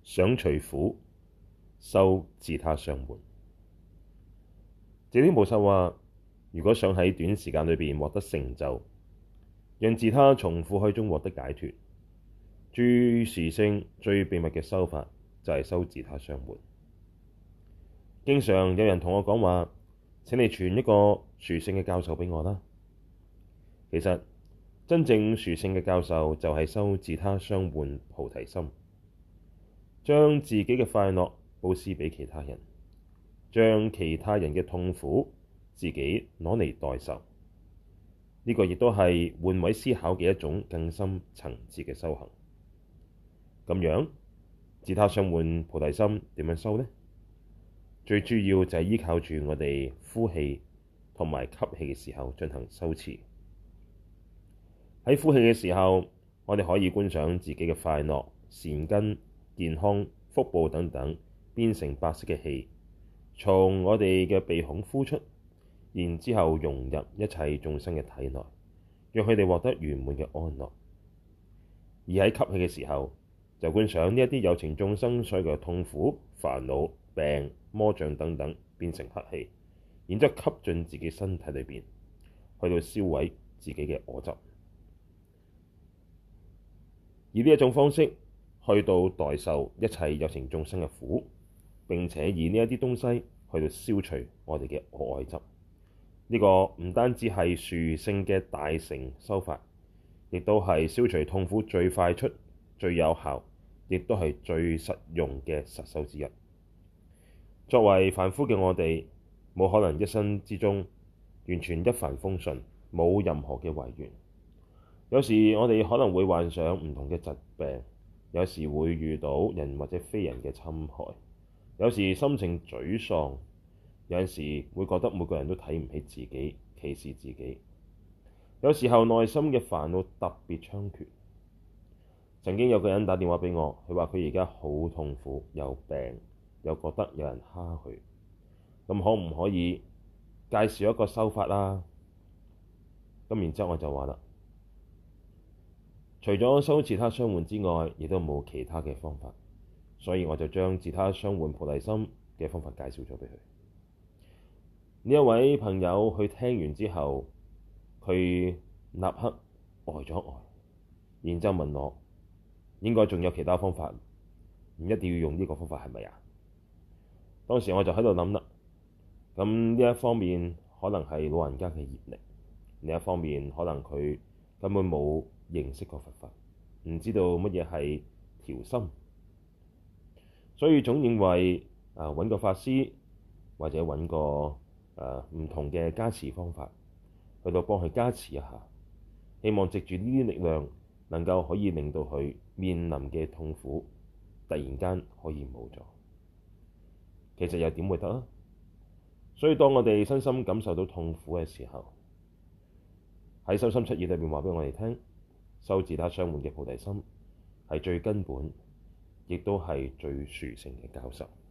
想除苦，修自他相換。寂天菩薩話：如果想喺短時間裏邊獲得成就，讓自他從苦海中獲得解脫，最殊勝、最秘密嘅修法就係修自他相換。經常有人同我講話：請你傳一個殊勝嘅教授俾我啦。其實真正殊勝嘅教授就係修自他相換菩提心，將自己嘅快樂布施俾其他人，將其他人嘅痛苦自己攞嚟代受。呢個亦都係換位思考嘅一種更深層次嘅修行。咁樣自他相換菩提心點樣修呢？最主要就係依靠住我哋呼氣同埋吸氣嘅時候進行修持。喺呼氣嘅時候，我哋可以觀想自己嘅快樂、善根、健康、福報等等變成白色嘅氣，從我哋嘅鼻孔呼出，然之後融入一切眾生嘅體內，讓佢哋獲得圓滿嘅安樂。而喺吸氣嘅時候，就觀想呢一啲有情眾生所有嘅痛苦、煩惱、病、魔障等等變成黑氣，然之後吸進自己身體裏邊，去到燒毀自己嘅我執。以呢一種方式去到代受一切有情眾生嘅苦，並且以呢一啲東西去到消除我哋嘅我愛執。呢個唔單止係殊勝嘅大乘修法，亦都係消除痛苦最快速、最有效，亦都係最實用嘅實修之一。作為凡夫嘅我哋，冇可能一生之中完全一帆風順，冇任何嘅違緣。有時我哋可能會患上唔同嘅疾病，有時會遇到人或者非人嘅侵害，有時心情沮喪，有陣時會覺得每個人都睇唔起自己，歧視自己。有時候內心嘅煩惱特別猖獗。曾經有個人打電話俾我，佢話佢而家好痛苦，有病，又覺得有人蝦佢。咁可唔可以介紹一個修法啦？咁然之後我就話啦，除咗修自他相換之外，亦都冇其他嘅方法，所以我就將自他相換菩提心嘅方法介紹咗俾佢。呢一位朋友佢聽完之後，佢立刻呆咗呆，然之後問我，應該仲有其他方法，唔一定要用呢個方法係咪啊？當時我就喺度諗啦，咁呢一方面可能係老人家嘅業力，另一方面可能佢根本冇認識過佛法，唔知道乜嘢係調心，所以總認為揾個法師或者揾個唔同嘅加持方法去到幫佢加持一下，希望藉住呢啲力量能夠可以令到佢面臨嘅痛苦突然間可以冇咗。其實又點會得啊？所以當我哋身心感受到痛苦嘅時候，喺修心七義裏面話俾我哋聽，修自他相換嘅菩提心係最根本，亦都係最殊勝嘅教授。